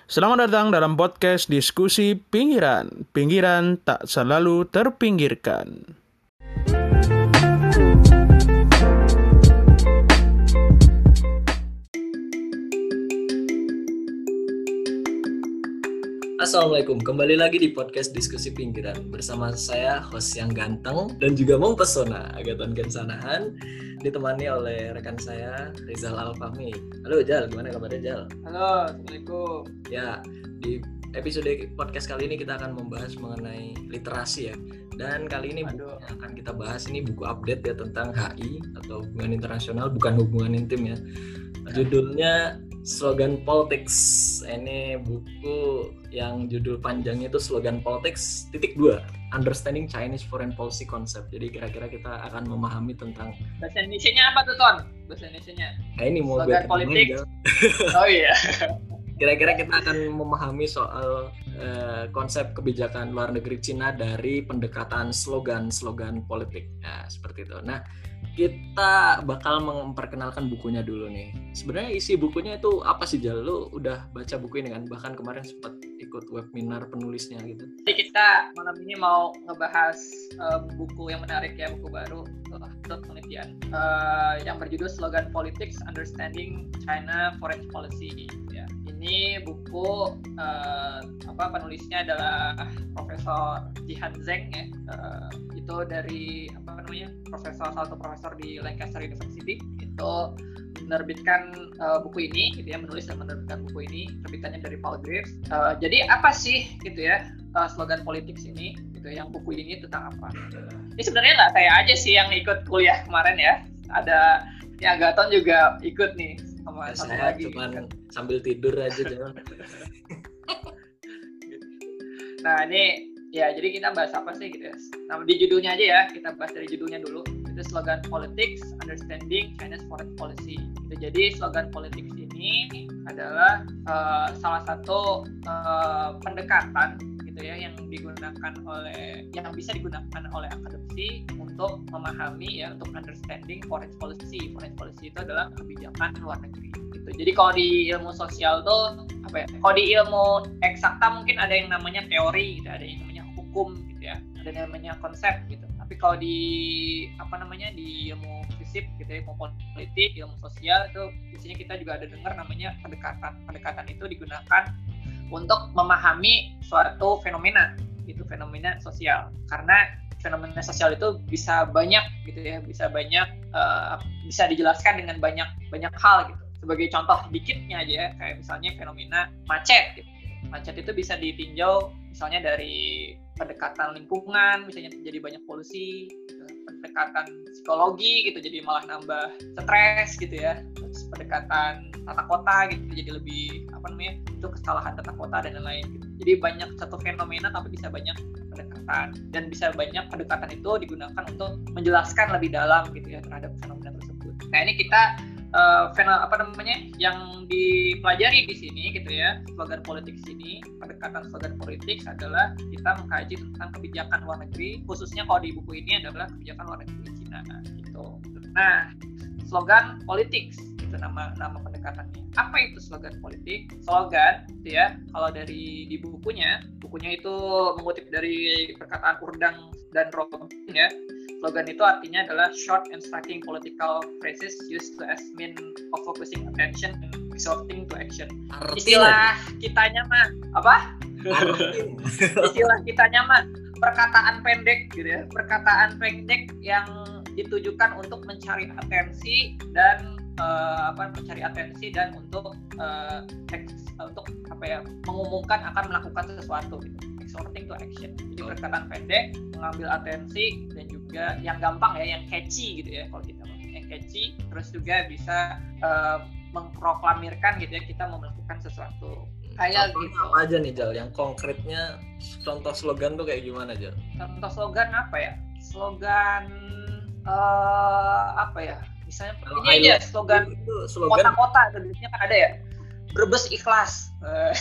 Selamat datang dalam podcast Diskusi Pinggiran. Pinggiran tak selalu terpinggirkan. Assalamualaikum, kembali lagi di podcast Diskusi Pinggiran bersama saya, host yang ganteng dan juga mempesona, Agathon Gensanahan, ditemani oleh rekan saya, Rizal Alfahmi. Halo Jal, gimana kabarnya Jal? Halo, Assalamualaikum. Ya, di episode podcast kali ini kita akan membahas mengenai literasi ya. Dan kali ini buku yang akan kita bahas ini buku update ya tentang HI atau hubungan internasional, bukan hubungan intim ya. Judulnya Slogan Politics. Ini buku yang judul panjangnya itu Slogan Politics _2 Understanding Chinese Foreign Policy Concept. Jadi kira-kira kita akan memahami tentang bahasa Indonesianya apa tuh, Ton? Bahasa Indonesianya. Ini mau Slogan Politics. Oh iya. Kira-kira kita akan memahami soal konsep kebijakan luar negeri Cina dari pendekatan slogan politik. Nah, seperti itu. Nah, kita bakal memperkenalkan bukunya dulu nih. Sebenarnya isi bukunya itu apa sih, Jal? Lu udah baca buku ini kan? Bahkan kemarin sempat ikut webinar penulisnya gitu. Jadi kita malam ini mau ngebahas buku yang menarik ya, buku baru untuk penelitian yang berjudul Slogan Politics Understanding China Foreign Policy. Ya, ini buku penulisnya adalah Profesor Jihan Zheng ya. Itu dari salah satu profesor di Lancaster University. Itu menerbitkan buku ini gitu ya, menulis dan menerbitkan buku ini, terbitannya dari Paul Graves. Jadi apa sih gitu ya slogan politics ini gitu, yang buku ini tentang apa? Ini sebenarnya nggak saya aja sih yang ikut kuliah kemarin ya, ada ya Agathon juga ikut nih sama satu lagi. Cuman sambil tidur aja jangan. Nah ini ya, jadi kita bahas apa sih gitu ya. Nah di judulnya aja ya, kita bahas dari judulnya dulu. Itu Slogan Politics Understanding China's Foreign Policy. Itu jadi slogan politics ini adalah salah satu pendekatan gitu ya yang bisa digunakan oleh akademisi untuk memahami ya, untuk understanding foreign policy. Foreign policy itu adalah kebijakan luar negeri. Gitu. Jadi kalau di ilmu sosial tuh apa ya? Kalau di ilmu eksakta mungkin ada yang namanya teori, gitu, ada yang namanya hukum gitu ya, ada yang namanya konsep gitu. Tapi kalau di di ilmu fisip gitu ya, ilmu politik, ilmu sosial itu di sini kita juga ada dengar namanya pendekatan. Pendekatan itu digunakan untuk memahami suatu fenomena, gitu, fenomena sosial. Karena fenomena sosial itu bisa banyak gitu ya, bisa dijelaskan dengan banyak hal gitu. Sebagai contoh dikitnya aja ya, kayak misalnya fenomena macet gitu. Macet itu bisa ditinjau misalnya dari pendekatan lingkungan, misalnya terjadi banyak polusi, gitu. Pendekatan psikologi gitu, jadi malah nambah stres gitu ya. Terus pendekatan tata kota gitu, jadi lebih itu kesalahan tata kota dan lain-lain gitu. Jadi banyak satu fenomena tapi bisa banyak pendekatan, dan bisa banyak pendekatan itu digunakan untuk menjelaskan lebih dalam gitu ya terhadap fenomena tersebut. Nah ini kita yang dipelajari di sini gitu ya, slogan politik sini, pendekatan slogan politik adalah kita mengkaji tentang kebijakan luar negeri, khususnya kalau di buku ini adalah kebijakan luar negeri Cina gitu. Nah, slogan politik itu nama pendekatannya. Apa itu slogan politik? Slogan gitu ya, kalau di bukunya itu mengutip dari perkataan Urdang dan Robin ya. Slogan itu artinya adalah short and striking political phrases used to as mean of focusing attention and exhorting to action. Istilah kitanya mah apa? Istilah kitanya mah perkataan pendek gitu ya. Perkataan pendek yang ditujukan untuk mencari atensi dan untuk mengumumkan akan melakukan sesuatu gitu. Exhorting to action. Jadi perkataan pendek, mengambil atensi, dan juga yang gampang ya, yang catchy gitu ya kalau kita yang catchy, terus juga bisa mengproklamirkan gitu ya kita mau melakukan sesuatu. Kayak gitu. Apa aja nih Jal? Yang konkretnya contoh slogan tuh kayak gimana Jal? Contoh slogan apa ya? Slogan Misalnya ini aja slogan kota-kota, tentunya kan ada ya. Brebes ikhlas.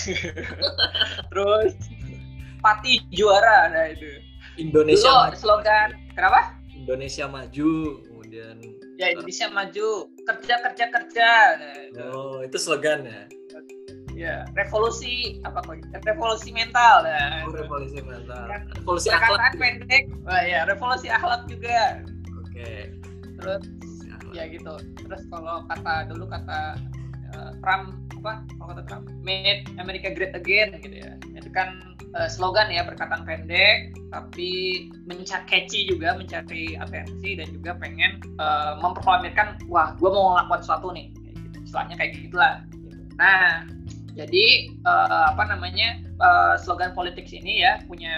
Terus Pati juara, nah itu. Indonesia maju. Slogan, kenapa? Indonesia maju, kemudian. Ya Indonesia maju, kerja. Nah, itu. Oh, itu slogan ya? Ya, revolusi mental dan Revolusi mental. kan Revolusi perkataan akhlak. pendek. Wah ya, revolusi akhlak juga. Oke. Terus ya gitu. Terus kalau kata Trump kalau kata Trump, Make America Great Again gitu ya. Itu kan slogan ya, perkataan pendek tapi catchy juga, mencari atensi dan juga pengen memproklamirkan, wah gue mau ngelakuin sesuatu nih, kayak gitu. Istilahnya kayak gitulah. Nah, jadi slogan politik ini ya punya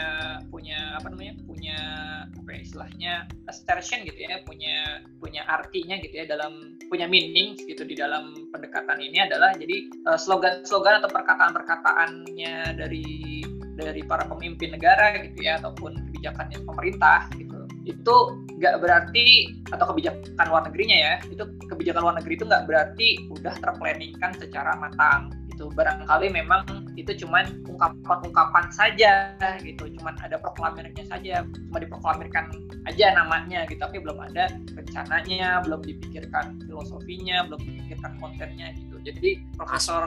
istilahnya assertion gitu ya, punya artinya gitu ya, punya meaning gitu di dalam pendekatan ini adalah, jadi slogan-slogan atau perkataan-perkataannya dari para pemimpin negara gitu ya, ataupun kebijakannya pemerintah gitu, itu nggak berarti, atau kebijakan luar negerinya ya, itu kebijakan luar negeri itu nggak berarti udah terplanningkan secara matang gitu. Barangkali memang itu cuman ungkapan-ungkapan saja gitu, cuman ada proklamirnya saja, cuma diproklamirkan aja namanya gitu, tapi belum ada rencananya, belum dipikirkan filosofinya, belum dipikirkan kontennya gitu. Jadi Profesor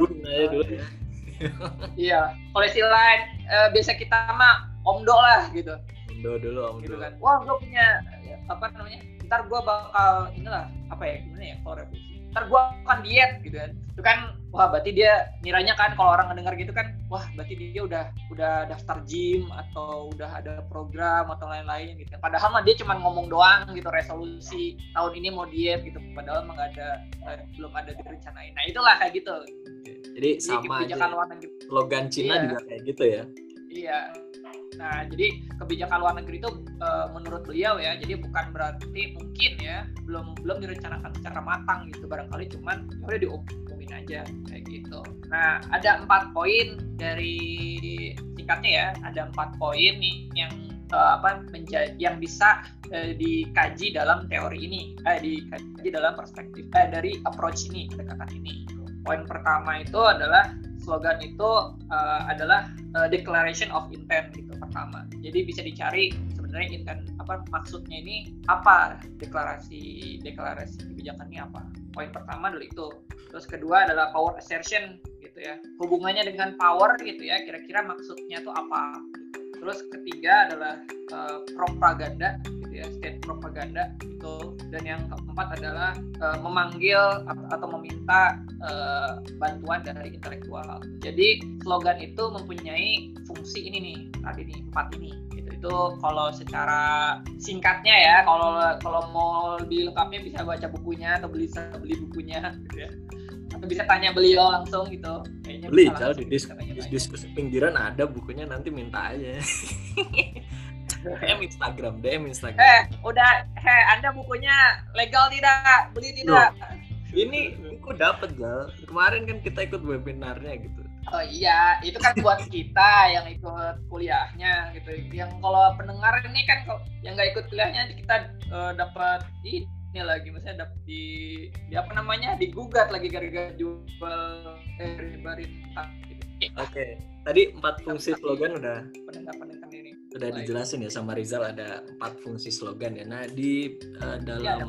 iya, oleh lain biasa kita mah omdo lah gitu. Omdo dulu. Gitu kan. Wah, gue punya ntar gue bakal gimana ya kalau revisi. Ntar gue akan diet gitu kan. Itu kan, wah berarti dia niranya kan kalau orang ngedengar gitu kan, wah berarti dia udah daftar gym atau udah ada program atau lain-lain gitu kan. Padahal mah dia cuma ngomong doang gitu, resolusi tahun ini mau diet gitu. Padahal mah belum ada direncanain. Nah, itulah kayak gitu. Jadi sama aja. Slogan Cina juga kayak gitu ya. Iya. Nah, jadi kebijakan luar negeri itu menurut beliau ya, jadi bukan berarti mungkin ya belum direncanakan secara matang gitu, barangkali cuman ya udah diumumin aja kayak gitu. Nah, ada 4 poin dari singkatnya ya, ada 4 poin nih yang yang bisa dikaji dalam teori ini, dikaji dalam perspektif dari approach ini, pendekatan ini. Poin pertama itu adalah slogan itu adalah declaration of intent gitu pertama. Jadi bisa dicari sebenarnya intent maksudnya ini apa, deklarasi kebijakan ini apa. Poin pertama adalah itu. Terus kedua adalah power assertion gitu ya. Hubungannya dengan power gitu ya, kira-kira maksudnya itu apa. Terus ketiga adalah propaganda gitu ya, state propaganda gitu. Dan yang keempat adalah memanggil atau meminta bantuan dari intelektual. Jadi slogan itu mempunyai fungsi ini nih, tadi nih 4 ini gitu. Itu kalau secara singkatnya ya, kalau mau lebih lengkapnya bisa baca bukunya atau beli bukunya gitu ya. Atau bisa tanya beliau langsung gitu. Kayaknya beli kalau di diskusi pinggiran ada bukunya, nanti minta aja. DM Instagram. Anda bukunya legal tidak? Beli tidak? Loh, ini buku dapat Gal. Kemarin kan kita ikut webinarnya gitu. Oh iya, itu kan buat kita yang ikut kuliahnya gitu. Yang kalau pendengar ini kan yang nggak ikut kuliahnya, kita dapat ini lagi, maksudnya dapat digugat lagi gara-gara jual gitu. Oke. Tadi 4 fungsi slogan udah pendengar ini. Udah dijelasin ya sama Rizal, ada 4 fungsi slogan ya. Nah, di dalam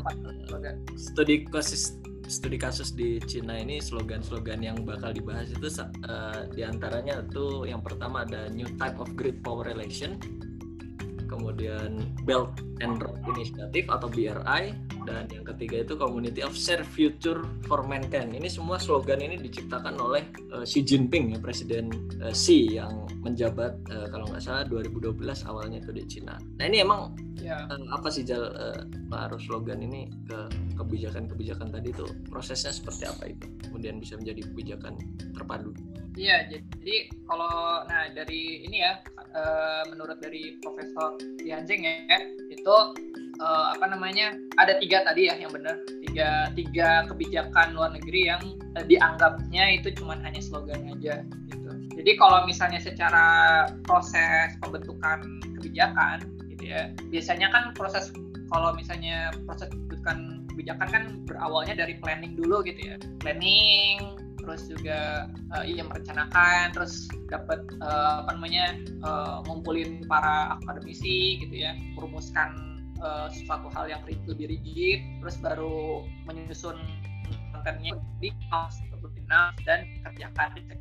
studi kasus di Cina ini, slogan-slogan yang bakal dibahas itu diantaranya tuh yang pertama ada New Type of Great Power Relation, kemudian Belt and Road Initiative atau BRI, dan yang ketiga itu Community of Shared Future for Mankind. Ini semua slogan ini diciptakan oleh Xi Jinping ya, Presiden Xi yang menjabat kalau nggak salah 2012 awalnya itu di Cina. Nah, ini emang apa sih pengaruh slogan ini ke kebijakan-kebijakan tadi itu, prosesnya seperti apa itu kemudian bisa menjadi kebijakan terpadu? Iya, jadi kalau dari ini ya, menurut dari Profesor Lianjing ya, itu ada 3 tadi ya yang benar, tiga kebijakan luar negeri yang dianggapnya itu cuma hanya slogan aja gitu. Jadi kalau misalnya secara proses pembentukan kebijakan gitu ya, biasanya kan proses pembentukan kebijakan kan berawalnya dari planning dulu gitu ya, planning, terus juga merencanakan, terus dapat ngumpulin para akademisi gitu ya, merumuskan suatu hal yang lebih rigid, terus baru menyusun kontennya di dan kerjakan eksekusi.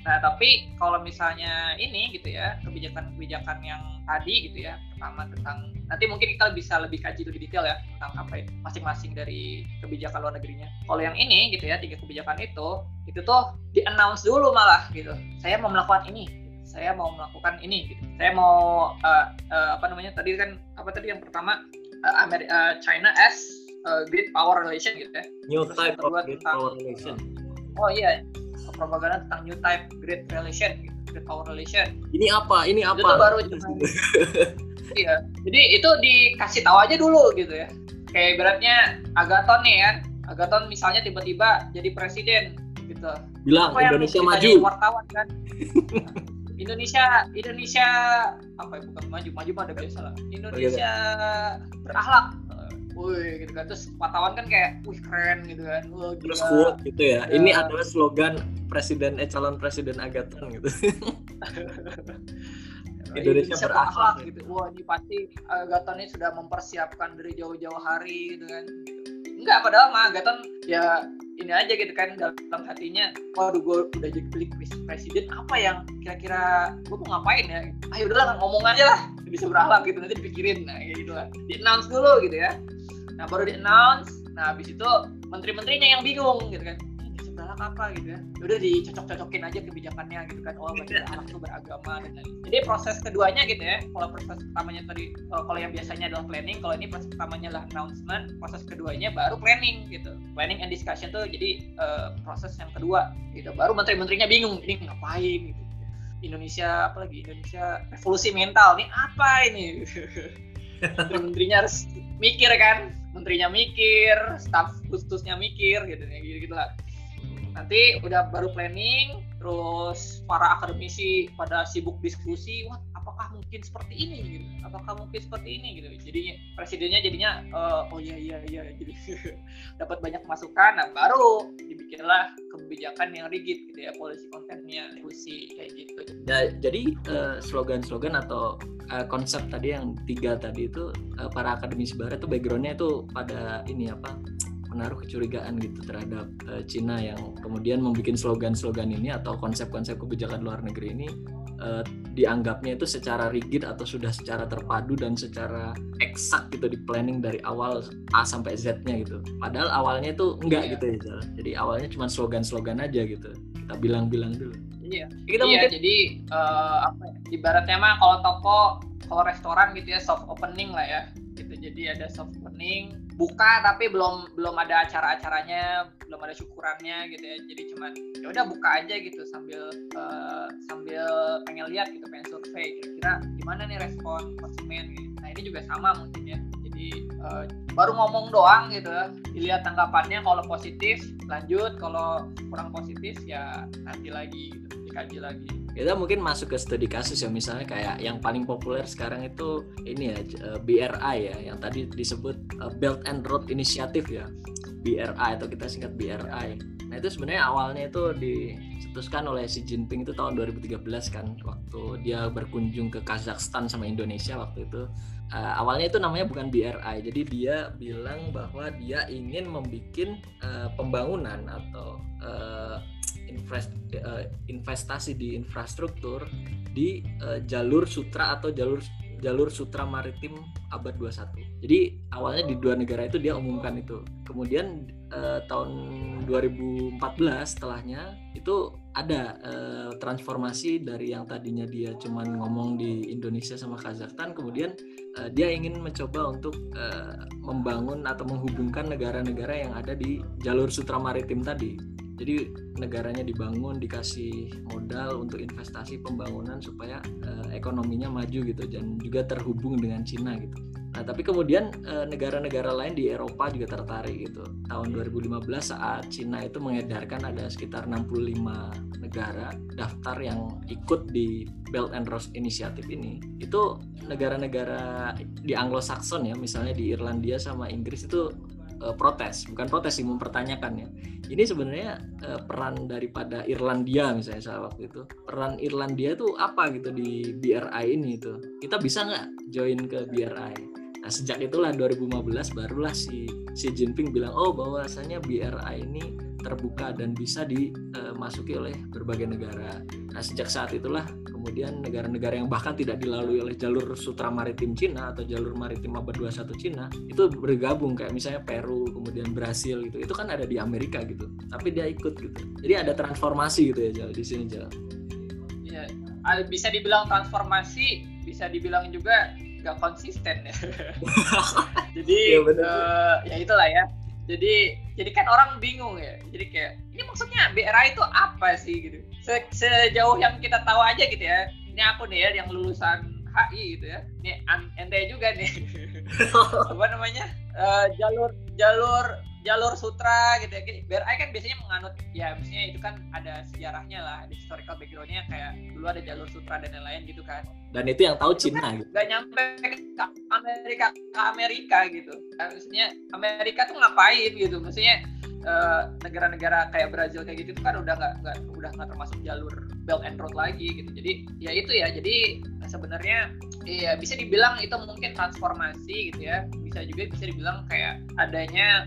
Nah, tapi kalau misalnya ini gitu ya, kebijakan-kebijakan yang tadi gitu ya, pertama tentang, nanti mungkin kita bisa lebih kaji lebih detail ya tentang apa itu masing-masing dari kebijakan luar negerinya. Kalau yang ini gitu ya, 3 kebijakan itu tuh di-announce dulu malah gitu. Saya mau melakukan ini, saya mau melakukan ini gitu. Saya mau tadi kan yang pertama China as great power relation gitu ya. New type of great power relation. Oh iya, propaganda tentang new type great relation gitu, great power relation. Ini apa? Itu tuh baru iya. Jadi itu dikasih tahu aja dulu gitu ya. Kayak ibaratnya Agathon nih kan. Agathon misalnya tiba-tiba jadi presiden gitu. Bilang apa Indonesia maju. Wartawan kan. Indonesia apa ya, bukan maju mah udah biasa lah. Indonesia berakhlak. Wih gitu kan, terus wartawan kan kayak wih keren gitu kan. Wah, terus quote gitu ya. Ini adalah slogan calon presiden Agathon gitu. Indonesia berakhlak gitu. Wah, ini pasti Agathon ini sudah mempersiapkan dari jauh-jauh hari gitu kan. Enggak, padahal mah Agathon ya ini aja gitu kan, dalam hatinya, waduh gue udah jadi presiden, apa yang kira-kira gue mau ngapain ya, ayo udahlah ngomong aja lah, bisa berakhlak gitu, nanti dipikirin, nah kayak gitu lah, di-announce dulu gitu ya. Nah baru di-announce, nah habis itu menteri-menterinya yang bingung gitu kan, ini bisa berakhlak apa gitu ya, udah dicocok-cocokin aja kebijakannya gitu kan, oh berarti berakhlak itu beragama dan lain-lain. Jadi proses keduanya gitu ya, kalau proses pertamanya tadi, kalau yang biasanya adalah planning, kalau ini proses pertamanya adalah announcement, proses keduanya baru planning gitu. Planning and discussion tuh jadi proses yang kedua gitu, baru menteri-menterinya bingung, ini ngapain gitu. Indonesia revolusi mental nih apa ini? Menterinya harus mikir kan, menterinya mikir, staf khususnya mikir gitu lah. Nanti udah baru planning, terus para akademisi pada sibuk diskusi, wah apakah mungkin seperti ini gitu, gitu. Jadinya presidennya oh iya jadi dapat banyak masukan, nah baru dibikinlah kebijakan yang rigid gitu ya, policy content-nya, diskusi kayak gitu. Ya, jadi slogan-slogan atau konsep tadi yang 3 tadi itu, para akademisi barat tuh background-nya itu pada ini menaruh kecurigaan gitu terhadap Cina yang kemudian membuat slogan-slogan ini atau konsep-konsep kebijakan luar negeri ini dianggapnya itu secara rigid atau sudah secara terpadu dan secara eksak gitu di planning dari awal A sampai Z-nya gitu. Padahal awalnya itu enggak gitu ya, Zal. Jadi awalnya cuma slogan-slogan aja gitu. Kita bilang-bilang dulu. Iya. Jadi ibaratnya mah kalau restoran gitu ya, soft opening lah ya. Gitu. Jadi ada soft opening, buka tapi belum ada acara-acaranya, belum ada syukurannya gitu ya. Jadi cuman ya udah buka aja gitu sambil pengen lihat gitu, pengen survei kira-kira gimana nih respon konsumen gitu. Nah, ini juga sama mungkin ya. Jadi baru ngomong doang gitu, dilihat tanggapannya, kalau positif lanjut, kalau kurang positif ya nanti lagi gitu, dikaji lagi. Kita mungkin masuk ke studi kasus ya, misalnya kayak yang paling populer sekarang itu ini ya, BRI ya, yang tadi disebut Belt and Road Initiative ya, BRI atau kita singkat BRI. Nah itu sebenarnya awalnya itu dicetuskan oleh Xi Jinping itu tahun 2013 kan, waktu dia berkunjung ke Kazakhstan sama Indonesia waktu itu. Awalnya itu namanya bukan BRI, jadi dia bilang bahwa dia ingin membuat pembangunan atau investasi di infrastruktur di jalur sutra atau jalur sutra maritim abad 21. Jadi awalnya di 2 negara itu dia umumkan itu. Kemudian tahun 2014 setelahnya itu ada transformasi dari yang tadinya dia cuman ngomong di Indonesia sama Kazakhstan, kemudian dia ingin mencoba untuk membangun atau menghubungkan negara-negara yang ada di jalur sutra maritim tadi. Jadi negaranya dibangun, dikasih modal untuk investasi pembangunan supaya ekonominya maju gitu, dan juga terhubung dengan Cina gitu. Nah tapi kemudian negara-negara lain di Eropa juga tertarik gitu. Tahun 2015 saat Cina itu mengedarkan ada sekitar 65 negara daftar yang ikut di Belt and Road Initiative ini. Itu negara-negara di Anglo-Saxon ya, misalnya di Irlandia sama Inggris itu bukan protes sih, mempertanyakan ya. Ini sebenarnya peran daripada Irlandia misalnya saat waktu itu. Peran Irlandia itu apa gitu di BRI ini itu. Kita bisa nggak join ke BRI? Nah sejak itulah 2015 barulah si Xi Jinping bilang bahwasanya BRI ini terbuka dan bisa dimasuki oleh berbagai negara. Nah, sejak saat itulah kemudian negara-negara yang bahkan tidak dilalui oleh jalur sutra maritim Cina atau jalur maritim abad 21 Cina itu bergabung, kayak misalnya Peru, kemudian Brasil gitu. Itu kan ada di Amerika gitu. Tapi dia ikut gitu. Jadi ada transformasi gitu ya Jal di sini Jal. Iya, bisa dibilang transformasi, bisa dibilang juga nggak konsisten ya. Jadi ya itulah ya. Jadi kan orang bingung ya. Jadi kayak ini maksudnya BRI itu apa sih gitu. Sejauh yang kita tahu aja gitu ya. Ini aku nih ya yang lulusan HI gitu ya. Ini ente juga nih. Apa namanya? Jalur sutra gitu ya. BRI kan biasanya menganut ya, misalnya itu kan ada sejarahnya lah, ada historical background-nya, kayak dulu ada jalur sutra dan lain-lain gitu kan. Dan itu yang tahu Cina kan gitu. Gak nyampe ke Amerika gitu. Maksudnya Amerika tuh ngapain gitu. Maksudnya negara-negara kayak Brazil kayak gitu kan udah nggak termasuk jalur Belt and Road lagi gitu. Jadi ya itu ya. Jadi sebenarnya ya bisa dibilang itu mungkin transformasi gitu ya. Bisa dibilang kayak adanya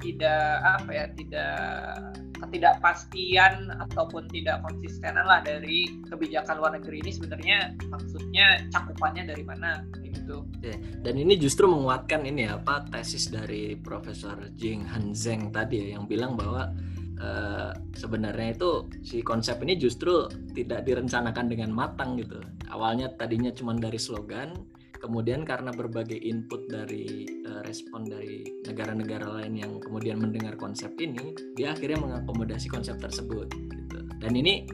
ketidakpastian ataupun tidak konsistenan lah dari kebijakan luar negeri ini, sebenarnya maksudnya cakupannya dari mana gitu. Dan ini justru menguatkan ini apa tesis dari Profesor Jing Hanzheng tadi ya, yang bilang bahwa sebenarnya itu si konsep ini justru tidak direncanakan dengan matang gitu. Awalnya tadinya cuma dari slogan, kemudian karena berbagai input dari respon dari negara-negara lain yang kemudian mendengar konsep ini, dia akhirnya mengakomodasi konsep tersebut gitu. Dan ini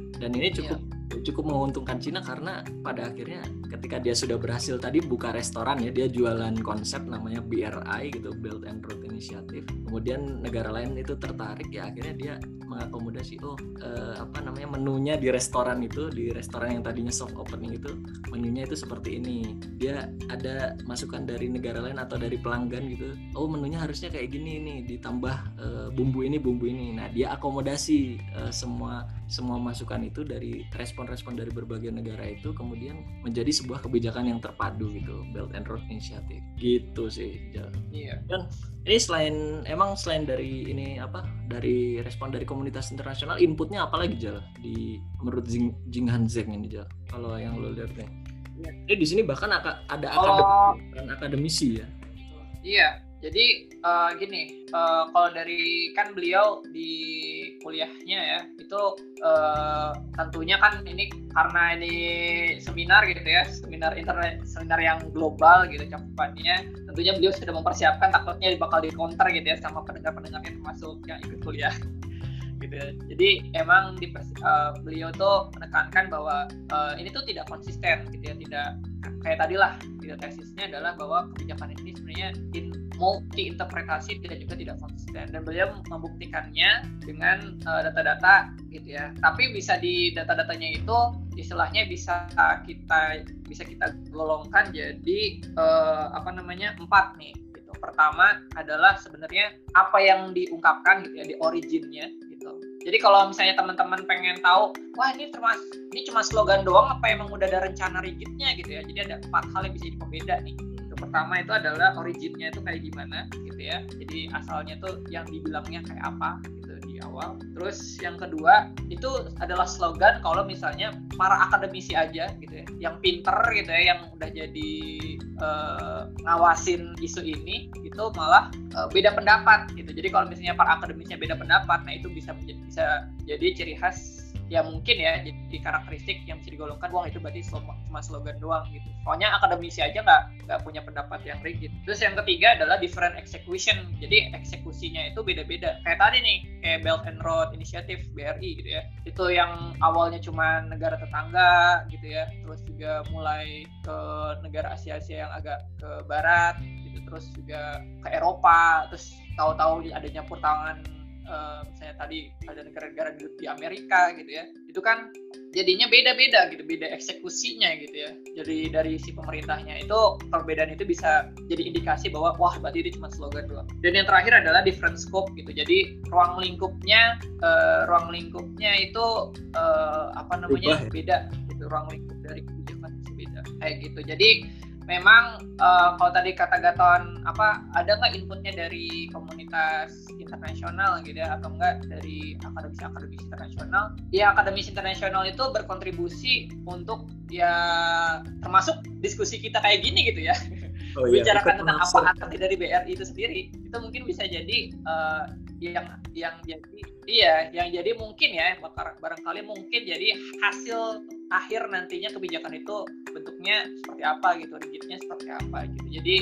cukup menguntungkan Cina, karena pada akhirnya ketika dia sudah berhasil tadi buka restoran ya, dia jualan konsep namanya BRI gitu, Belt and Road Initiative. Kemudian negara lain itu tertarik ya, akhirnya dia mengakomodasi menunya di restoran itu, di restoran yang tadinya soft opening itu menunya itu seperti ini. Dia ada masukan dari negara lain atau dari pelanggan gitu. Oh, menunya harusnya kayak gini nih, ditambah bumbu ini. Nah, dia akomodasi semua masukan itu dari respon dari berbagai negara itu, kemudian menjadi sebuah kebijakan yang terpadu gitu, Belt and Road Initiative gitu sih. Iya. Dan ini selain dari ini dari respon dari komunitas internasional, inputnya apa lagi Jal menurut Jing Hanzheng ini Jal, kalau yang lo lihat nih? Ini di sini bahkan ada akademisi ya. Iya. Jadi gini, kalau dari kan beliau di kuliahnya ya itu tentunya kan ini karena ini seminar gitu ya, seminar yang global gitu cakupannya, tentunya beliau sudah mempersiapkan takutnya bakal di counter gitu ya sama pendengar-pendengarnya termasuk yang ikut kuliah gitu ya. Jadi emang beliau tuh menekankan bahwa ini tuh tidak konsisten gitu ya, tidak kayak tadi lah gitu, tesisnya adalah bahwa kebijakan ini sebenarnya multi interpretasi dan juga tidak konsisten, dan beliau membuktikannya dengan data-data gitu ya. Tapi bisa di data-datanya itu istilahnya bisa kita golongkan jadi 4 nih gitu. Pertama adalah sebenarnya apa yang diungkapkan gitu ya, di originnya gitu. Jadi kalau misalnya teman-teman pengen tahu, wah ini cuma slogan doang apa emang udah ada rencana rigidnya gitu ya. Jadi ada 4 hal yang bisa jadi pembeda nih. Pertama itu adalah originnya itu kayak gimana gitu ya. Jadi asalnya tuh yang dibilangnya kayak apa gitu di awal. Terus yang kedua itu adalah slogan kalau misalnya para akademisi aja gitu ya, yang pinter gitu ya, yang udah jadi ngawasin isu ini itu malah beda pendapat gitu. Jadi kalau misalnya para akademisnya beda pendapat, nah itu bisa jadi ciri khas ya, mungkin ya jadi karakteristik yang bisa digolongkan, wah itu berarti cuma slogan doang gitu. Soalnya akademisi aja nggak punya pendapat yang rigid. Terus yang ketiga adalah different execution. Jadi eksekusinya itu beda-beda. Kayak tadi nih, kayak Belt and Road Initiative BRI gitu ya. Itu yang awalnya cuma negara tetangga gitu ya. Terus juga mulai ke negara Asia yang agak ke barat gitu. Terus juga ke Eropa. Terus tahu-tahu ada nyampur tangan, misalnya tadi ada negara-negara di Amerika gitu ya, itu kan jadinya beda-beda gitu, beda eksekusinya gitu ya. Jadi dari si pemerintahnya itu perbedaan itu bisa jadi indikasi bahwa wah berarti itu cuma slogan doang. Dan yang terakhir adalah different scope gitu. Jadi ruang lingkupnya itu beda gitu, ruang lingkup dari kebijakan itu beda kayak gitu. Jadi memang kalau tadi kata Gaton ada nggak inputnya dari komunitas internasional gitu ya, atau enggak dari akademisi internasional? Ya akademis internasional itu berkontribusi untuk ya termasuk diskusi kita kayak gini gitu ya. Bicarakan tentang apa arti dari BRI itu sendiri, itu mungkin bisa jadi yang jadi mungkin ya barangkali mungkin jadi hasil akhir nantinya kebijakan itu bentuknya seperti apa gitu, rigidnya seperti apa gitu. Jadi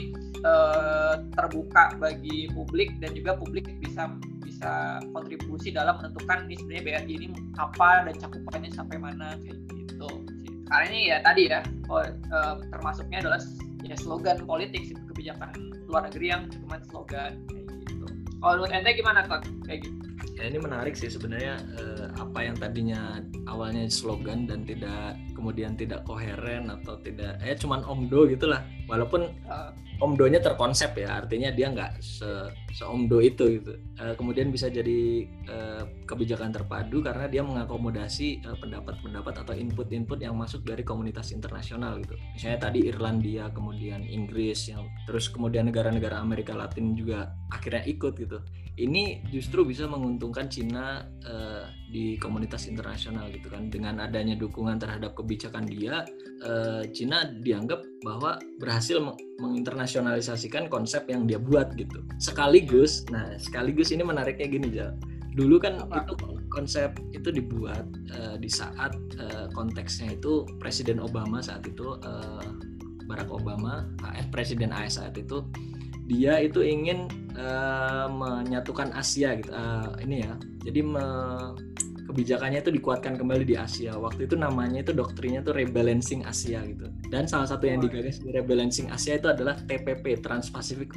terbuka bagi publik dan juga publik bisa kontribusi dalam menentukan ini sebenarnya BRI ini apa dan cakupannya sampai mana kayak gitu. Karena ini ya tadi ya termasuknya adalah ya slogan politik sih, kebijakan luar negeri yang cuma slogan kayak gitu. Kalau menurut ente gimana Kak? Kayak gitu. Ya ini menarik sih sebenarnya, apa yang tadinya awalnya slogan dan kemudian tidak koheren atau tidak cuman omdo gitulah, walaupun omdonya terkonsep ya, artinya dia nggak seomdo itu gitu. Kemudian bisa jadi kebijakan terpadu karena dia mengakomodasi pendapat-pendapat atau input-input yang masuk dari komunitas internasional gitu. Misalnya tadi Irlandia, kemudian Inggris, yang terus kemudian negara-negara Amerika Latin juga akhirnya ikut gitu. Ini justru bisa menguntungkan Cina di komunitas internasional gitu kan. Dengan adanya dukungan terhadap kebijakan dia, Cina dianggap bahwa berhasil menginternasionalisasikan konsep yang dia buat gitu. Sekaligus ini menariknya gini Jal. Dulu kan itu konsep itu dibuat di saat konteksnya itu Presiden Obama saat itu, Barack Obama, Presiden AS saat itu, dia itu ingin menyatukan Asia gitu. Ini ya. Jadi kebijakannya itu dikuatkan kembali di Asia. Waktu itu namanya itu doktrinnya itu rebalancing Asia gitu. Dan salah satu yang digagas di rebalancing Asia itu adalah TPP, Trans-Pacific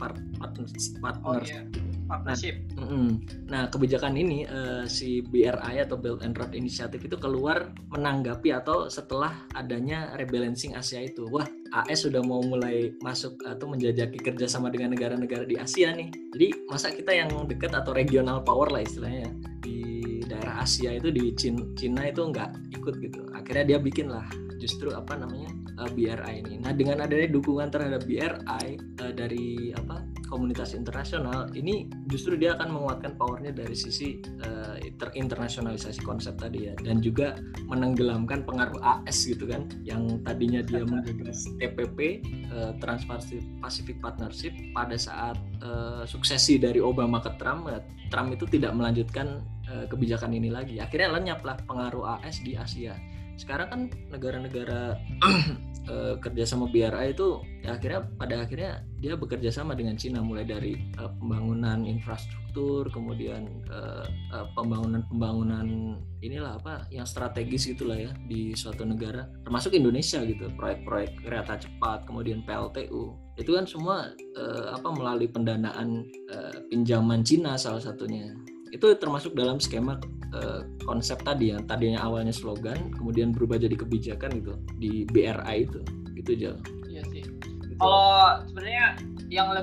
Partnership. Nah, kebijakan ini si BRI atau Belt and Road Initiative itu keluar menanggapi atau setelah adanya rebalancing Asia itu. Wah, AS sudah mau mulai masuk atau menjajaki kerjasama dengan negara-negara di Asia nih. Jadi masa kita yang dekat atau regional power lah istilahnya di daerah Asia itu, di Cina itu nggak ikut gitu. Akhirnya dia bikin lah justru BRI ini. Nah, dengan adanya dukungan terhadap BRI dari komunitas internasional ini, justru dia akan menguatkan powernya dari sisi terinternasionalisasi konsep tadi ya, dan juga menenggelamkan pengaruh AS gitu kan, yang tadinya dia menggagas TPP, Trans-Pacific Partnership. Pada saat suksesi dari Obama ke Trump itu tidak melanjutkan kebijakan ini lagi. Akhirnya lenyaplah pengaruh AS di Asia. Sekarang kan negara-negara kerjasama BRI itu ya pada akhirnya dia bekerja sama dengan Cina, mulai dari pembangunan infrastruktur, kemudian pembangunan inilah yang strategis gitulah ya di suatu negara, termasuk Indonesia gitu, proyek-proyek kereta cepat, kemudian PLTU itu kan semua melalui pendanaan pinjaman Cina salah satunya. Itu termasuk dalam skema konsep tadi yang tadinya awalnya slogan kemudian berubah jadi kebijakan gitu di BRI itu gitu Jal. Iya sih. Gitu. Kalau sebenarnya yang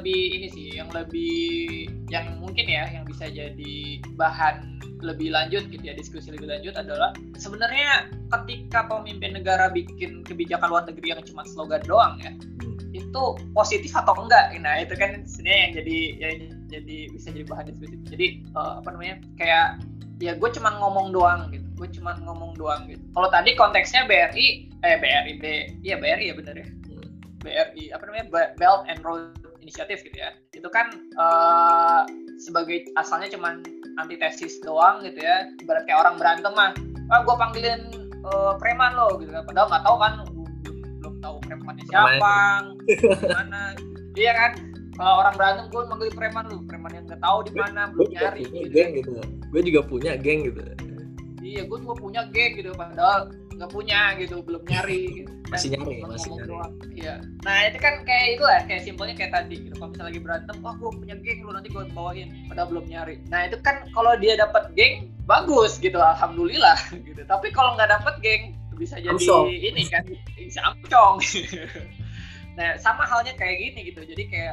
mungkin ya yang bisa jadi bahan lebih lanjut gitu ya, diskusi lebih lanjut adalah sebenarnya ketika pemimpin negara bikin kebijakan luar negeri yang cuma slogan doang ya, itu positif atau enggak? Nah itu kan sebenarnya yang jadi bisa jadi bahan diskusi. Jadi kayak ya gue cuma ngomong doang gitu. Kalau tadi konteksnya BRI ya benar ya. BRI Belt and Road Initiative gitu ya. Itu kan sebagai asalnya cuma antitesis doang gitu ya. Ibarat kayak orang berantem gue panggilin preman lo gitu kan. Padahal nggak tahu kan, belum tahu premannya siapa, gimana. Iya kan? Kalau orang berantem gue manggil preman yang nggak tahu di mana, belum nyari gitu. Geng gitu. Gue juga punya geng gitu. Iya, gue juga punya geng gitu, padahal nggak punya gitu, belum nyari gitu. Masih nyari. Iya. Nah itu kan kayak itulah, kayak simpelnya kayak tadi gitu. Kalau misalnya lagi berantem, gue punya geng lu, nanti gue bawain, padahal belum nyari. Nah itu kan kalau dia dapat geng bagus gitu, alhamdulillah gitu. Tapi kalau nggak dapat geng bisa jadi ini kan, bisa amcong. Nah sama halnya kayak gini gitu. Jadi kayak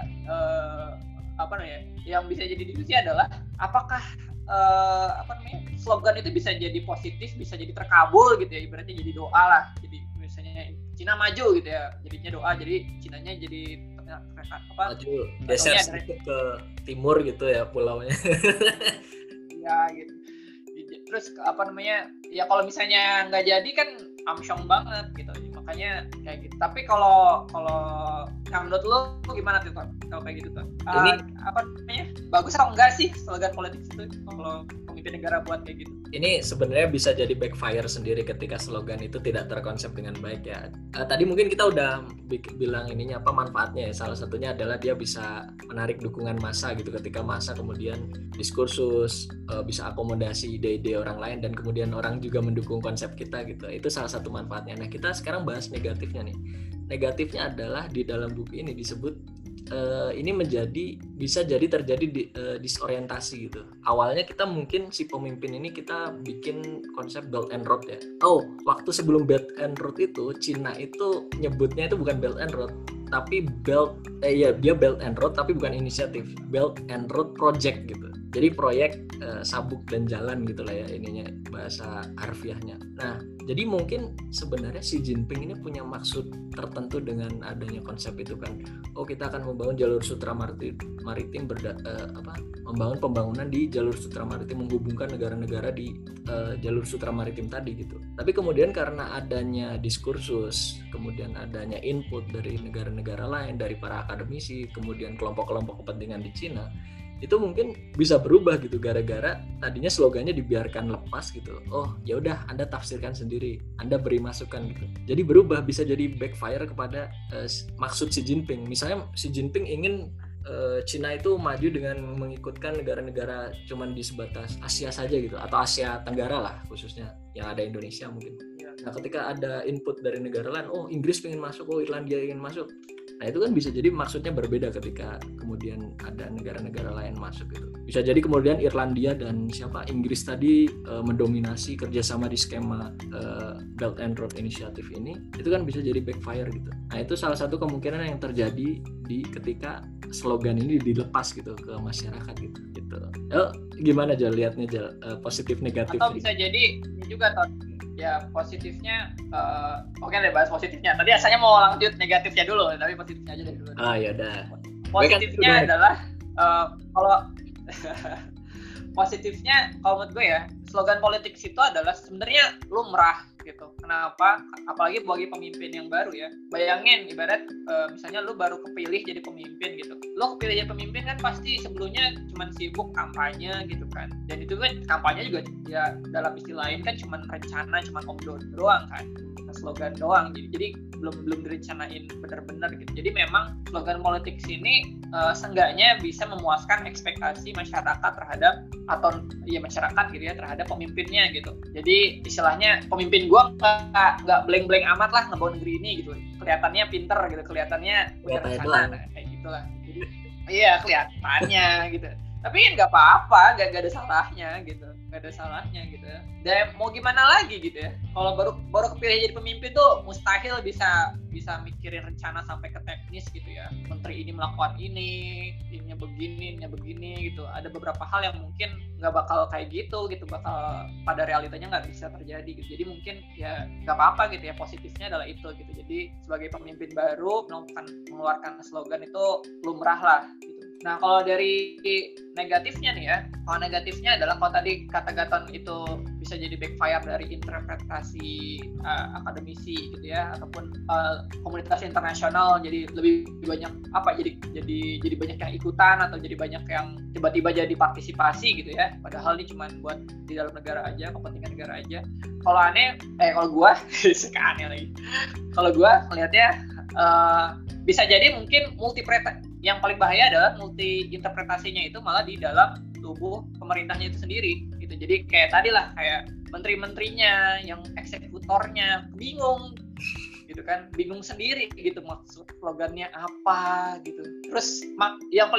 yang bisa jadi diskusi adalah apakah slogan itu bisa jadi positif, bisa jadi terkabul gitu ya, ibaratnya jadi doa lah, jadi misalnya Cina maju gitu ya, jadinya doa, jadi Cinanya jadi maju, geser sedikit ke timur gitu ya pulaunya. Ya gitu. Terus ya kalau misalnya nggak jadi kan amsyong banget gitu, makanya kayak gitu. Tapi kalau menurut lo gimana tuh Pak kalau kayak gitu tuh? Bagus atau enggak sih slogan politik itu kalau pemimpin negara buat kayak gitu? Ini sebenarnya bisa jadi backfire sendiri ketika slogan itu tidak terkonsep dengan baik ya. Tadi mungkin kita udah bilang manfaatnya ya. Salah satunya adalah dia bisa menarik dukungan massa gitu, ketika massa kemudian diskursus bisa akomodasi ide-ide orang lain dan kemudian orang juga mendukung konsep kita gitu. Itu salah satu manfaatnya. Nah, kita sekarang bahas negatifnya nih. Negatifnya adalah di dalam buku ini disebut ini bisa jadi terjadi disorientasi gitu. Awalnya kita mungkin si pemimpin ini kita bikin konsep Belt and Road ya. Waktu sebelum Belt and Road itu Cina itu nyebutnya itu bukan Belt and Road, tapi dia Belt and Road tapi bukan inisiatif, Belt and Road Project gitu. Jadi proyek sabuk dan jalan gitu lah ya ininya bahasa harfiahnya. Nah, jadi mungkin sebenarnya Xi Jinping ini punya maksud tertentu dengan adanya konsep itu kan. Kita akan membangun jalur sutra maritim membangun pembangunan di jalur sutra maritim, menghubungkan negara-negara di jalur sutra maritim tadi gitu. Tapi kemudian karena adanya diskursus, kemudian adanya input dari negara-negara lain, dari para akademisi, kemudian kelompok-kelompok kepentingan di Cina, itu mungkin bisa berubah gitu gara-gara tadinya slogannya dibiarkan lepas gitu. Ya udah Anda tafsirkan sendiri, Anda beri masukan gitu. Jadi berubah, bisa jadi backfire kepada maksud Xi Jinping. Misalnya Xi Jinping ingin Cina itu maju dengan mengikutkan negara-negara cuman di sebatas Asia saja gitu, atau Asia Tenggara lah khususnya, yang ada Indonesia mungkin. Nah, ketika ada input dari negara lain, Inggris pengen masuk, Irlandia ingin masuk. Nah, itu kan bisa jadi maksudnya berbeda ketika kemudian ada negara-negara lain masuk gitu. Bisa jadi kemudian Irlandia dan Inggris tadi mendominasi kerjasama di skema Belt and Road Initiative ini, itu kan bisa jadi backfire gitu. Nah, itu salah satu kemungkinan yang terjadi ketika slogan ini dilepas gitu ke masyarakat gitu. Gimana Jal lihatnya Jal, positif negatif? Atau bisa jadi ini juga ya positifnya, oke deh bahas positifnya. Tadi asalnya mau lanjut negatifnya dulu, tapi positifnya aja dulu. Ya udah. Positifnya adalah kalau positifnya kalau menurut gue ya, slogan politik itu adalah sebenarnya lumrah gitu. Kenapa? Apalagi bagi pemimpin yang baru ya. Bayangin ibarat misalnya lu baru kepilih jadi pemimpin gitu. Lu kepilih jadi pemimpin kan pasti sebelumnya cuma sibuk kampanye gitu kan. Dan itu kan kampanye juga ya dalam istilah lain kan cuma rencana, cuma omdo doang kan. Slogan doang. Jadi belum direncanain benar-benar gitu. Jadi memang slogan politik sini seenggaknya bisa memuaskan ekspektasi masyarakat terhadap, atau ya masyarakat gitu ya, terhadap pemimpinnya gitu. Jadi istilahnya pemimpin gua nggak blank-blank amat lah ngebawa negeri ini gitu. Kelihatannya pinter gitu, kelihatannya punya rencana kayak gitulah. Jadi iya kelihatannya gitu. Tapi nggak apa-apa, nggak ada salahnya gitu. Dan mau gimana lagi gitu ya, kalau baru kepilih jadi pemimpin tuh mustahil bisa mikirin rencana sampai ke teknis gitu ya. Menteri ini melakukan ininya begini gitu. Ada beberapa hal yang mungkin nggak bakal kayak gitu, bakal pada realitanya nggak bisa terjadi gitu. Jadi mungkin ya nggak apa-apa gitu ya, positifnya adalah itu gitu. Jadi sebagai pemimpin baru mengeluarkan slogan itu lumrah lah gitu. Nah, kalau dari negatifnya nih ya, kalau negatifnya adalah kalau tadi kata Gaton itu bisa jadi backfire dari interpretasi akademisi gitu ya, ataupun komunitas internasional, jadi lebih banyak jadi banyak yang ikutan, atau jadi banyak yang tiba-tiba jadi partisipasi gitu ya, padahal ini cuma buat di dalam negara aja, kepentingan negara aja. Kalau gua suka aneh lagi. Kalau gua melihatnya bisa jadi mungkin yang paling bahaya adalah multi interpretasinya itu malah di dalam tubuh pemerintahnya itu sendiri gitu. Jadi kayak tadi lah, kayak menteri-menterinya, yang eksekutornya bingung gitu kan, bingung sendiri gitu maksud slogannya apa gitu. Terus yang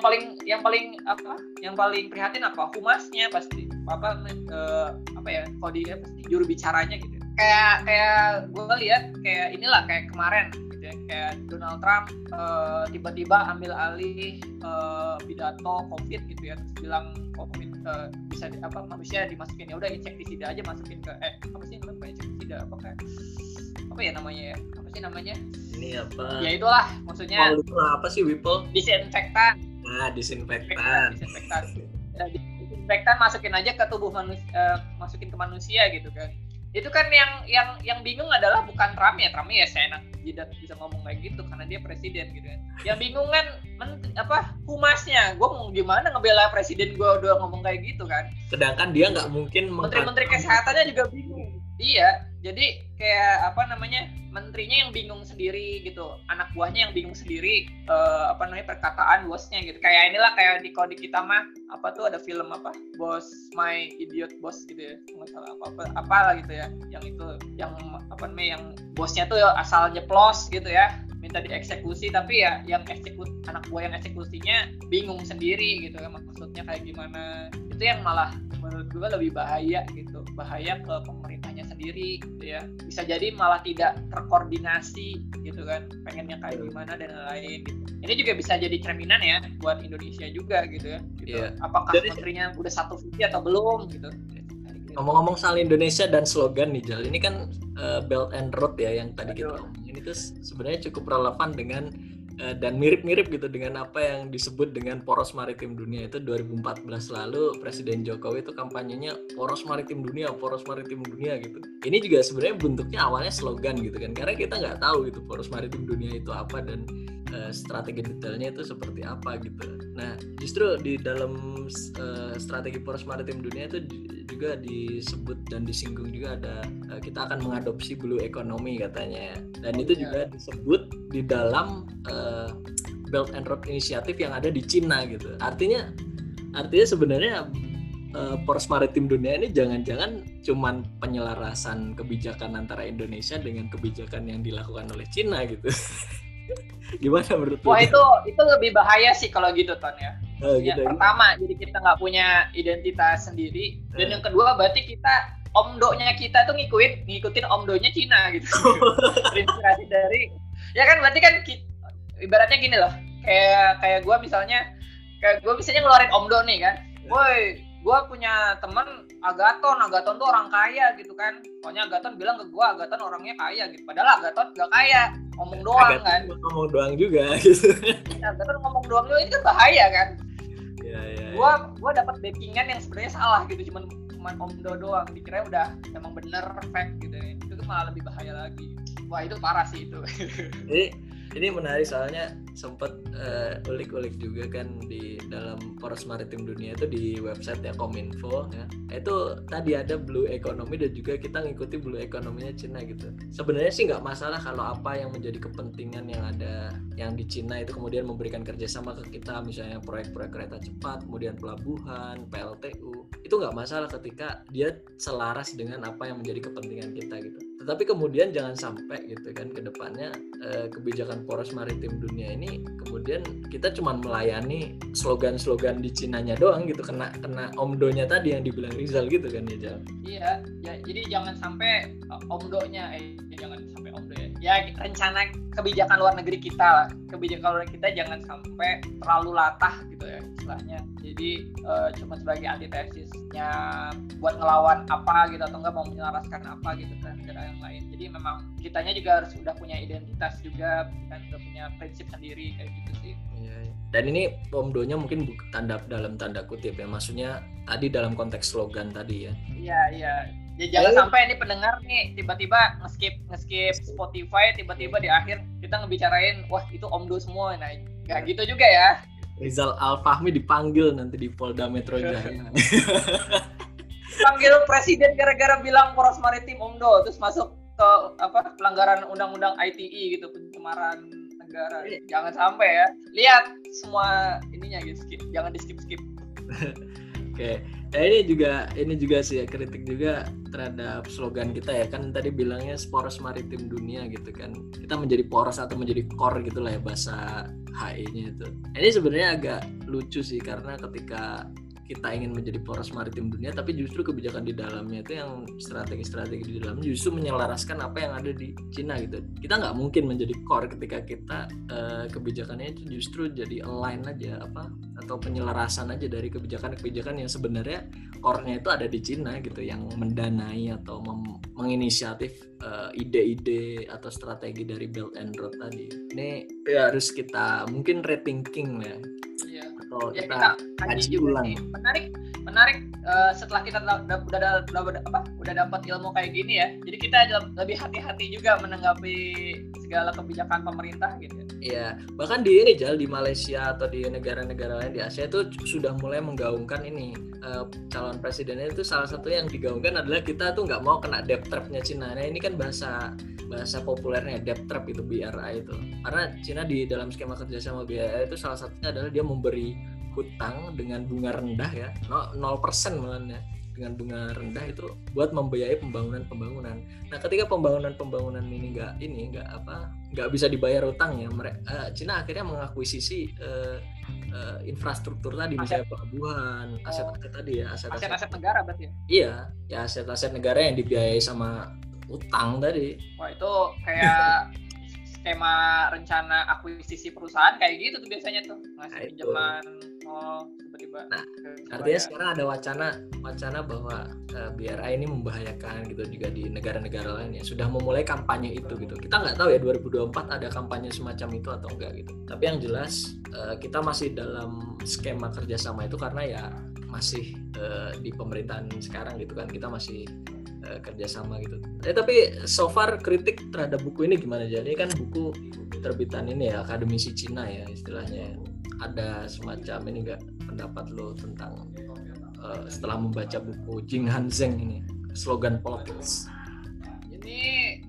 paling prihatin apa? Humasnya pasti kalau dia pasti juru bicaranya gitu. Kayak gue lihat kayak kemarin gitu ya, kayak Donald Trump tiba-tiba ambil alih pidato COVID gitu ya, terus bilang COVID bisa manusia dimasukin, ya udah insektisida aja masukin ke insektisida apa ya namanya ya? Apa sih namanya? Ini apa? Ya itulah maksudnya. Apa sih Whipple? Disinfektan. Disinfektan. Nah, disinfektan masukin aja ke tubuh manusia, masukin ke manusia gitu kan. Itu kan yang bingung adalah bukan Trump ya seenak jidat bisa ngomong kayak gitu karena dia presiden gitu kan. Yang bingung kan humasnya. Gue mau gimana ngebela presiden gue udah ngomong kayak gitu kan. Sedangkan dia nggak mungkin menteri kesehatannya juga bingung. Iya, jadi kayak menterinya yang bingung sendiri gitu, anak buahnya yang bingung sendiri perkataan bosnya gitu. Kayak inilah kayak di kita mah ada film Boss My Idiot Boss gitu ya, nggak salah apa gitu ya, yang yang bosnya tuh asal nyeplos gitu ya, minta dieksekusi tapi ya yang anak buah yang eksekusinya bingung sendiri gitu kan, maksudnya kayak gimana. Itu yang malah menurut gue lebih bahaya gitu, bahaya ke pemerintahnya sendiri gitu ya, bisa jadi malah tidak terkoordinasi gitu kan, pengennya kayak gimana dan lain-lain gitu. Ini juga bisa jadi cerminan ya buat Indonesia juga gitu ya gitu. Yeah. Apakah menterinya udah satu visi atau belum gitu. Ngomong-ngomong soal Indonesia dan slogan nih Jal, ini kan Belt and Road ya yang tadi kita ngomongin, itu sebenarnya cukup relevan dengan dan mirip-mirip gitu dengan apa yang disebut dengan poros maritim dunia. Itu 2014 lalu Presiden Jokowi itu kampanyenya poros maritim dunia gitu. Ini juga sebenarnya bentuknya awalnya slogan gitu kan, karena kita nggak tahu gitu poros maritim dunia itu apa dan strategi detailnya itu seperti apa gitu. Nah justru di dalam strategi poros maritim dunia itu juga disebut dan disinggung juga ada kita akan mengadopsi blue economy katanya ya. Dan itu juga disebut di dalam Belt and Road Initiative yang ada di Cina gitu. Artinya sebenarnya poros maritim dunia ini jangan-jangan cuman penyelarasan kebijakan antara Indonesia dengan kebijakan yang dilakukan oleh Cina gitu. Gimana menurut lu? Wah itu lebih bahaya sih kalau gitu Ton ya. Gitu, pertama jadi kita nggak punya identitas sendiri, dan yang kedua berarti kita omdonya kita tuh ngikutin omdonya Cina gitu. Terinspirasi dari ya kan, berarti kan ibaratnya gini loh, kayak gue misalnya ngeluarin omdo nih kan, woi gue punya teman Agaton tuh orang kaya gitu kan, pokoknya Agaton bilang ke gue Agaton orangnya kaya gitu, padahal Agaton gak kaya, ngomong doang kan, ngomong doang juga gitu. Agaton ngomong doang juga, ini kan bahaya kan. Ya. Gue dapat backingan yang sebenarnya salah gitu, cuman omdo doang, dikira udah emang bener fact gitu, itu tuh malah lebih bahaya lagi. Wah itu parah sih itu. Ini menarik soalnya sempat ulik-ulik juga kan di dalam poros maritim dunia itu di website ya Kominfo ya. Itu tadi ada blue economy dan juga kita ngikuti blue economy-nya Cina gitu. Sebenarnya sih nggak masalah kalau apa yang menjadi kepentingan yang ada yang di Cina itu kemudian memberikan kerjasama ke kita, misalnya proyek-proyek kereta cepat, kemudian pelabuhan, PLTU, itu nggak masalah ketika dia selaras dengan apa yang menjadi kepentingan kita gitu. Tetapi kemudian jangan sampai gitu kan ke depannya kebijakan poros maritim dunia ini kemudian kita cuma melayani slogan-slogan di Cinanya doang gitu, kena omdonya tadi yang dibilang Rizal gitu kan ya Jal. Iya, ya, jadi jangan sampai omdonya jangan sampai omdo ya rencana kebijakan luar negeri kita jangan sampai terlalu latah gitu ya istilahnya. Jadi cuma sebagai antitesisnya buat ngelawan apa gitu, atau enggak mau menyelaraskan apa gitu kan negara yang lain. Jadi memang kitanya juga harus udah punya identitas juga dan udah punya prinsip sendiri kayak gitu sih. Iya. Dan ini omdonya mungkin dalam tanda kutip ya, maksudnya tadi dalam konteks slogan tadi ya. Iya. Ya jangan sampai ini pendengar nih tiba-tiba nge-skip Spotify, tiba-tiba di akhir kita ngebicarain wah itu omdo semua. Nah, enggak gitu juga ya. Rizal Al-Fahmi dipanggil nanti di Polda Metro Jaya. Panggil presiden gara-gara bilang poros maritim omdo, terus masuk ke pelanggaran undang-undang ITE gitu, pencemaran negara. Jangan sampai ya. Lihat semua ininya gitu, jangan di-skip. Oke. Ini juga sih ya, kritik juga terhadap slogan kita ya, kan tadi bilangnya poros maritim dunia gitu kan, kita menjadi poros atau menjadi core gitu lah ya bahasa HI-nya itu. Ini sebenarnya agak lucu sih karena ketika kita ingin menjadi poros maritim dunia, tapi justru kebijakan di dalamnya itu yang strategi-strategi di dalamnya justru menyelaraskan apa yang ada di Cina gitu. Kita nggak mungkin menjadi core ketika kita kebijakannya itu justru jadi align aja atau penyelarasan aja dari kebijakan-kebijakan yang sebenarnya core-nya itu ada di Cina gitu, yang mendanai atau menginisiatif ide-ide atau strategi dari Belt and Road tadi. Ini ya harus kita mungkin rethinking ya. Atau ya, kita kaji juga sih. Menarik setelah kita udah dapat ilmu kayak gini ya, jadi kita lebih hati-hati juga menanggapi segala kebijakan pemerintah gitu ya. Iya, bahkan di Malaysia atau di negara-negara lain di Asia itu sudah mulai menggaungkan ini, calon presidennya itu salah satu yang digaungkan adalah kita tuh nggak mau kena debt trap-nya Cina. Nah ini kan bahasa populernya debt trap itu, BRI itu, karena Cina di dalam skema kerjasama BRI itu salah satunya adalah dia memberi hutang dengan bunga rendah ya, 0% malah ya, dengan bunga rendah itu buat membiayai pembangunan. Nah ketika pembangunan ini nggak bisa dibayar hutangnya, Cina akhirnya mengakuisisi infrastruktur tadi, misalnya pelabuhan, aset-aset tadi ya, aset-aset negara berarti ya? Iya, ya aset-aset negara yang dibiayai sama utang tadi. Wah itu kayak skema rencana akuisisi perusahaan kayak gitu tuh biasanya tuh, ngasih pinjaman tiba-tiba. Nah, artinya sekarang ada wacana bahwa BRI ini membahayakan gitu juga di negara-negara lain ya. Sudah memulai kampanye itu gitu. Kita nggak tahu ya 2024 ada kampanye semacam itu atau enggak gitu. Tapi yang jelas kita masih dalam skema kerjasama itu karena ya masih di pemerintahan sekarang gitu kan, kita masih kerjasama gitu. Tapi so far kritik terhadap buku ini gimana? Jadi kan buku terbitan ini ya, akademisi Cina ya istilahnya. Ada semacam ini nggak pendapat lo tentang setelah membaca buku Jing Hanzheng ini, Slogan Politics? Ini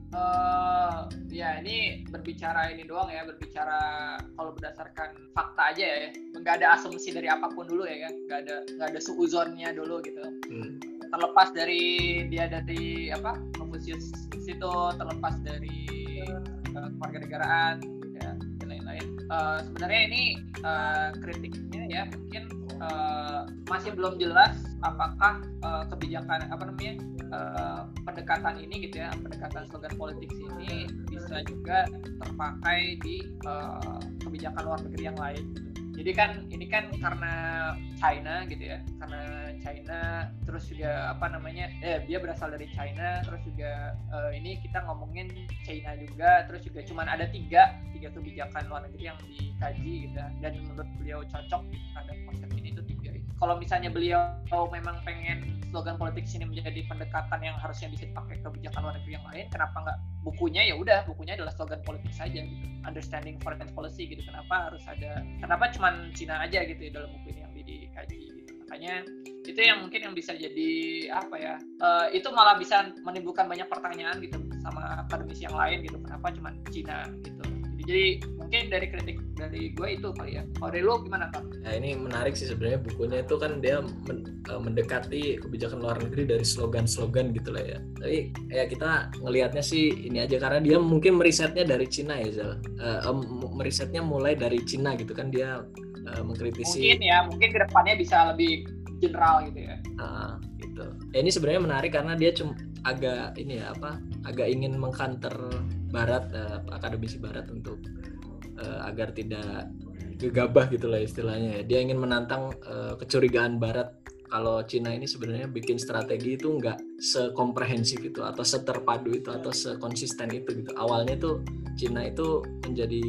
ini berbicara ini doang ya, berbicara kalau berdasarkan fakta aja ya, nggak ada asumsi dari apapun dulu ya, nggak ada suuzonnya dulu gitu. Terlepas dari dia dari Confucius Institute, terlepas dari kewarganegaraan ya, dan lain-lain. Sebenarnya ini kritiknya ya mungkin masih belum jelas apakah kebijakan pendekatan ini gitu ya, pendekatan slogan politik ini bisa juga terpakai di kebijakan luar negeri yang lain gitu. Jadi kan ini kan karena China gitu ya, karena China terus juga dia berasal dari China, terus juga ini kita ngomongin China juga, terus juga cuman ada tiga kebijakan luar negeri yang dikaji gitu, dan menurut beliau cocok terhadap konsep ini itu 3 itu. Kalau misalnya beliau memang pengen slogan politik sini menjadi pendekatan yang harusnya bisa dipakai kebijakan luar negeri yang lain, kenapa nggak bukunya adalah slogan politik saja gitu, understanding foreign policy gitu. Kenapa cuman Cina aja gitu ya dalam buku ini yang dikaji gitu. Makanya itu yang mungkin yang bisa jadi itu malah bisa menimbulkan banyak pertanyaan gitu sama akademisi yang lain gitu, kenapa cuman Cina gitu. Jadi mungkin dari kritik dari gue itu kali ya. Kalau dari lo gimana Kak? Nah ini menarik sih sebenarnya, bukunya itu kan dia mendekati kebijakan luar negeri dari slogan-slogan gitu lah ya. Tapi ya kita ngelihatnya sih ini aja, karena dia mungkin merisetnya dari Cina ya Zal. Merisetnya mulai dari Cina gitu kan, dia mengkritisi. Mungkin kedepannya bisa lebih general gitu ya. Gitu. Ini sebenarnya menarik karena dia agak ingin mengkanter Barat, akademisi Barat untuk agar tidak gegabah gitulah istilahnya ya. Dia ingin menantang kecurigaan Barat kalau Cina ini sebenarnya bikin strategi itu nggak sekomprehensif itu atau seterpadu itu atau sekonsisten itu gitu. Awalnya tuh Cina itu menjadi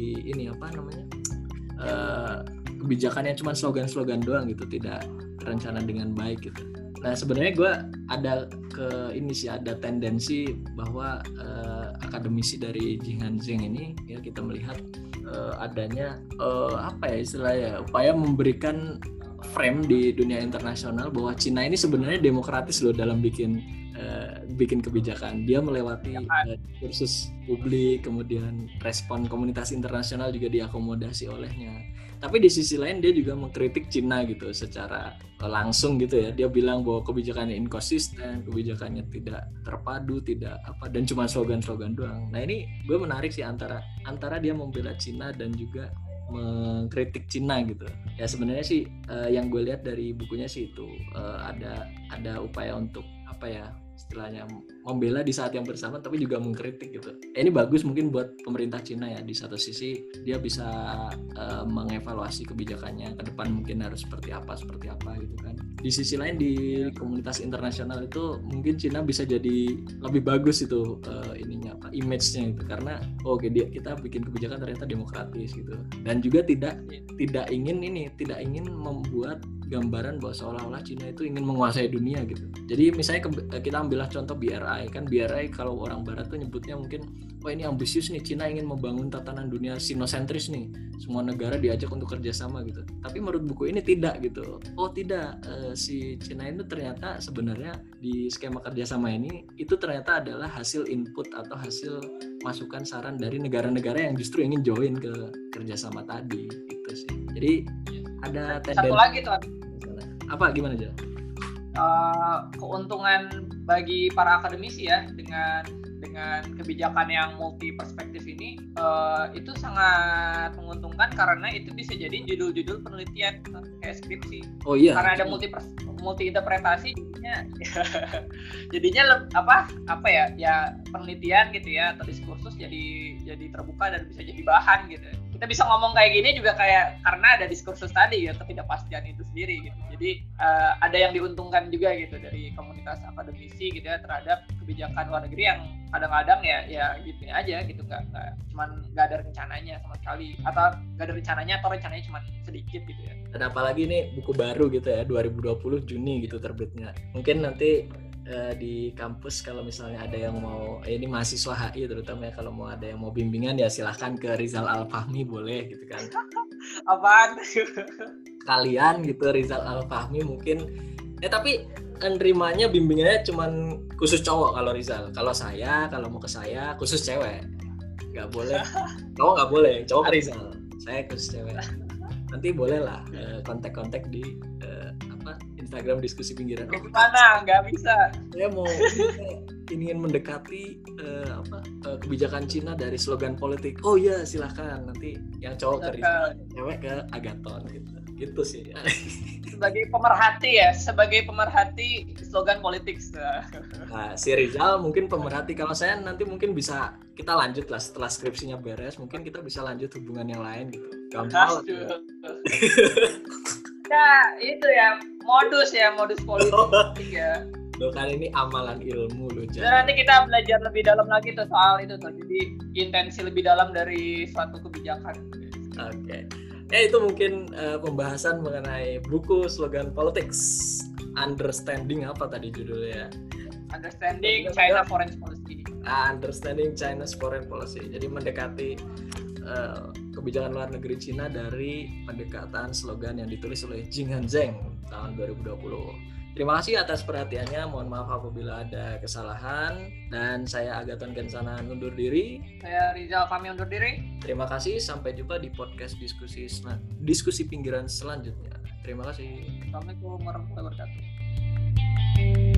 kebijakannya cuma slogan-slogan doang gitu, tidak terencana dengan baik gitu. Nah sebenarnya gue ada tendensi bahwa akademisi dari Jing Hanzheng ini ya, kita melihat adanya istilahnya upaya memberikan frame di dunia internasional bahwa Cina ini sebenarnya demokratis loh dalam bikin kebijakan. Dia melewati kursus publik, kemudian respon komunitas internasional juga diakomodasi olehnya. Tapi di sisi lain dia juga mengkritik Cina gitu secara langsung gitu ya. Dia bilang bahwa kebijakannya inkonsisten, kebijakannya tidak terpadu, dan cuma slogan-slogan doang. Nah ini gue menarik sih antara dia membela Cina dan juga mengkritik Cina gitu. Ya sebenarnya sih yang gue lihat dari bukunya sih itu ada upaya untuk apa ya istilahnya membela di saat yang bersama tapi juga mengkritik gitu. Ini bagus mungkin buat pemerintah Cina ya, di satu sisi dia bisa mengevaluasi kebijakannya ke depan mungkin harus seperti apa gitu kan. Di sisi lain di komunitas internasional itu mungkin Cina bisa jadi lebih bagus itu image-nya itu karena kita bikin kebijakan ternyata demokratis gitu. Dan juga tidak ingin membuat gambaran bahwa seolah-olah Cina itu ingin menguasai dunia gitu. Jadi misalnya kita ambillah contoh BRI kan, BRI kalau orang barat tuh nyebutnya mungkin ini ambisius nih, Cina ingin membangun tatanan dunia sinosentris nih, semua negara diajak untuk kerjasama gitu. Tapi menurut buku ini tidak gitu. Si Cina itu ternyata sebenarnya di skema kerjasama ini itu ternyata adalah hasil input atau hasil masukan saran dari negara-negara yang justru ingin join ke kerjasama tadi gitu sih. Jadi ada satu lagi tuh apa gimana aja? Keuntungan bagi para akademisi ya dengan kebijakan yang multi perspektif ini itu sangat menguntungkan karena itu bisa jadi judul-judul penelitian kayak skripsi. Oh iya. Karena ada multi interpretasi jadinya penelitian gitu ya atau diskursus jadi terbuka dan bisa jadi bahan gitu. Kita bisa ngomong kayak gini juga kayak karena ada diskursus tadi ya, ketidakpastian itu sendiri gitu. Jadi ada yang diuntungkan juga gitu dari komunitas akademisi gitu ya terhadap kebijakan luar negeri yang kadang-kadang ya gitu aja gitu, nggak ada rencananya sama sekali atau nggak ada rencananya cuma sedikit gitu ya. Dan apalagi nih buku baru gitu ya 2020 Juni gitu terbitnya. Mungkin nanti di kampus kalau misalnya ada yang mau ini mahasiswa HI terutama ya, kalau mau ada yang mau bimbingan ya silahkan ke Rizal Al-Fahmi boleh gitu kan. Apaan? Kalian gitu Rizal Al-Fahmi mungkin tapi nerimanya bimbingannya cuman khusus cowok kalau Rizal. Kalau mau ke saya khusus cewek. Nggak boleh. Cowok nggak boleh, cowok ke Rizal. Saya khusus cewek. Nanti boleh lah kontak-kontak di Instagram Diskusi Pinggiran. Gimana? Nggak bisa. Saya mau ingin mendekati kebijakan Cina dari slogan politik. Oh iya silahkan, nanti yang cowok ke Rizal, cewek ke Agaton gitu sih. Sebagai pemerhati slogan politik. Nah, si Rizal mungkin pemerhati. Kalau saya nanti mungkin bisa kita lanjut lah setelah skripsinya beres, mungkin kita bisa lanjut hubungan yang lain gitu. Gampang. Ya itu ya modus politik ya. Kan ini amalan ilmu loh. Dan nanti kita belajar lebih dalam lagi tuh soal itu tuh. Jadi intensi lebih dalam dari suatu kebijakan. Oke. Itu mungkin pembahasan mengenai buku Slogan Politics. Understanding apa tadi judulnya? Understanding China Foreign Policy. Understanding China's Foreign Policy. Jadi mendekati kebijakan luar negeri Cina dari pendekatan slogan yang ditulis oleh Jing Hanzheng tahun 2020. Terima kasih atas perhatiannya. Mohon maaf apabila ada kesalahan. Dan saya Agaton Kensanan undur diri. Saya Rizal Fahmi undur diri. Terima kasih. Sampai jumpa di podcast diskusi pinggiran selanjutnya. Terima kasih. Assalamualaikum warahmatullahi wabarakatuh.